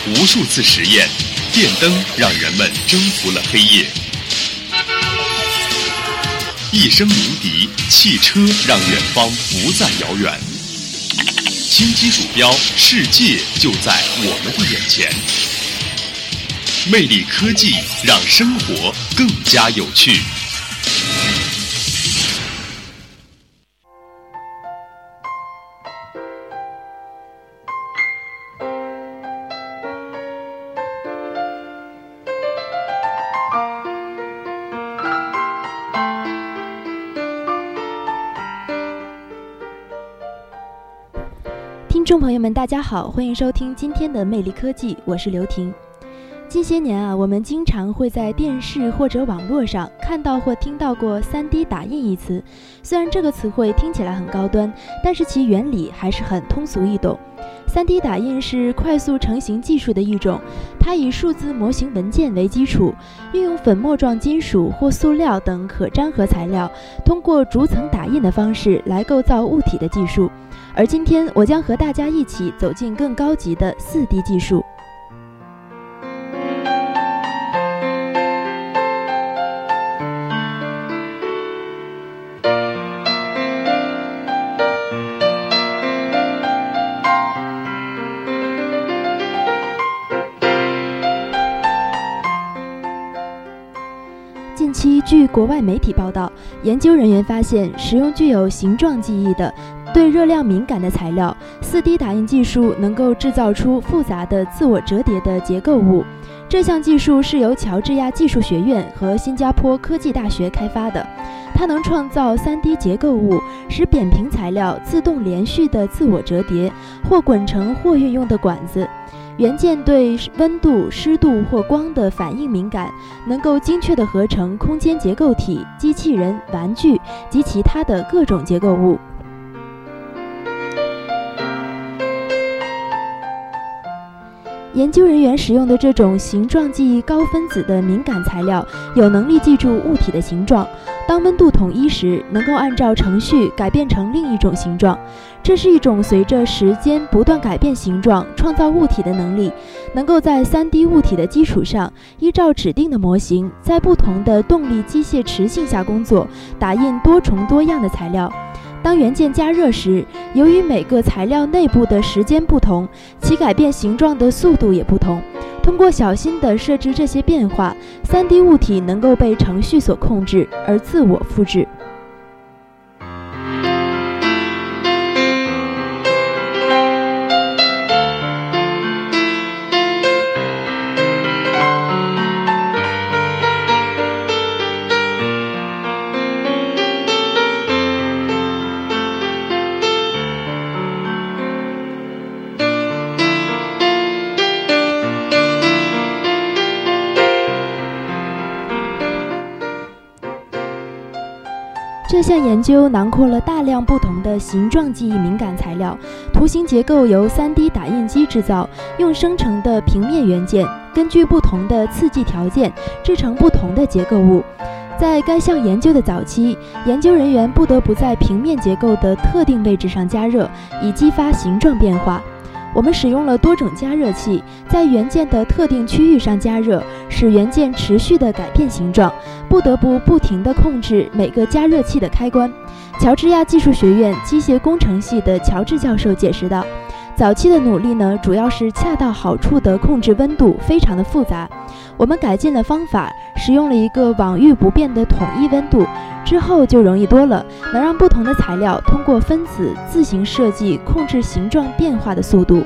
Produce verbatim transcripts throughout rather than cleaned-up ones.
无数次实验，电灯让人们征服了黑夜。一声鸣笛，汽车让远方不再遥远。轻击鼠标，世界就在我们的眼前。魅力科技让生活更加有趣。 听众朋友们大家好，欢迎收听今天的魅力科技，我是刘婷。近些年啊，我们经常会在电视或者网络上看到或听到过 三 D 打印一词。虽然这个词汇听起来很高端，但是其原理还是很通俗易懂。三 D 打印是快速成型技术的一种，它以数字模型文件为基础，运用粉末状金属或塑料等可粘合材料，通过逐层打印的方式来构造物体的技术。而今天我将和大家一起走进更高级的 四 D 技术。近期，据国外媒体报道，研究人员发现，使用具有形状记忆的、对热量敏感的材料 ，四 D 打印技术能够制造出复杂的自我折叠的结构物。这项技术是由乔治亚技术学院和新加坡科技大学开发的，它能创造 三 D 结构物，使扁平材料自动连续的自我折叠，或滚成或运用的管子。元件对温度、湿度或光的反应敏感，能够精确地合成空间结构体、机器人、玩具及其他的各种结构物。研究人员使用的这种形状记忆高分子的敏感材料，有能力记住物体的形状。当温度统一时，能够按照程序改变成另一种形状。这是一种随着时间不断改变形状、创造物体的能力，能够在 三 D 物体的基础上，依照指定的模型，在不同的动力机械持性下工作，打印多重多样的材料。当元件加热时，由于每个材料内部的时间不同，其改变形状的速度也不同。通过小心地设置这些变化， 三 D 物体能够被程序所控制而自我复制。这项研究囊括了大量不同的形状记忆敏感材料，图形结构由 三 D 打印机制造，用生成的平面元件，根据不同的刺激条件制成不同的结构物。在该项研究的早期，研究人员不得不在平面结构的特定位置上加热，以激发形状变化。我们使用了多种加热器，在元件的特定区域上加热，使元件持续地改变形状，不得不不停地控制每个加热器的开关。乔治亚技术学院机械工程系的乔治教授解释道，早期的努力呢，主要是恰到好处地控制温度，非常的复杂。我们改进了方法，使用了一个往域不变的统一温度，之后就容易多了，能让不同的材料通过分子自行设计控制形状变化的速度。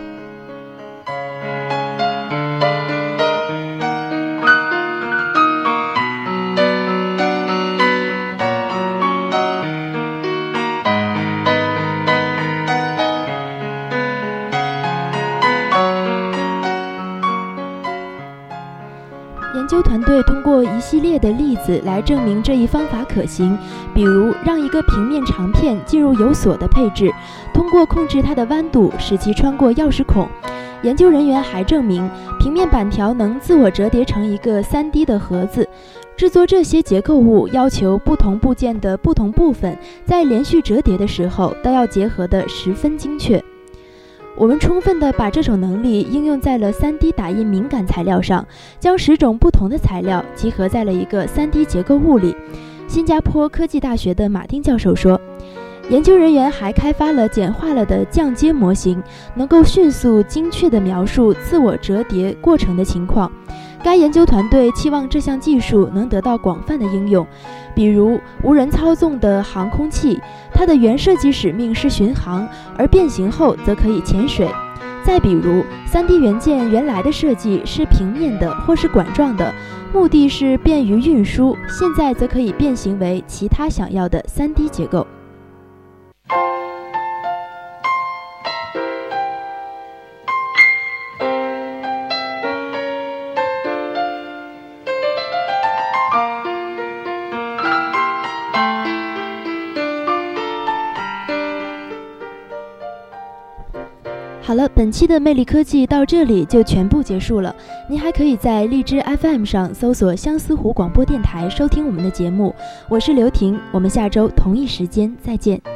研究团队通过一系列的例子来证明这一方法可行，比如让一个平面长片进入有锁的配置，通过控制它的弯度使其穿过钥匙孔。研究人员还证明，平面板条能自我折叠成一个 三 D 的盒子。制作这些结构物要求不同部件的不同部分在连续折叠的时候都要结合得十分精确。 我们充分地把这种能力应用在了 三 D 打印敏感材料上，将十种不同的材料集合在了一个 三 D 结构物里。新加坡科技大学的马丁教授说，研究人员还开发了简化了的降阶模型，能够迅速精确地描述自我折叠过程的情况。该研究团队期望这项技术能得到广泛的应用，比如无人操纵的航空器，它的原设计使命是巡航，而变形后则可以潜水。再比如 三 D 元件原来的设计是平面的或是管状的，目的是便于运输，现在则可以变形为其他想要的 三 D 结构。好了，本期的魅力科技到这里就全部结束了。您还可以在荔枝 F M 上搜索相思湖广播电台收听我们的节目。我是刘婷，我们下周同一时间再见。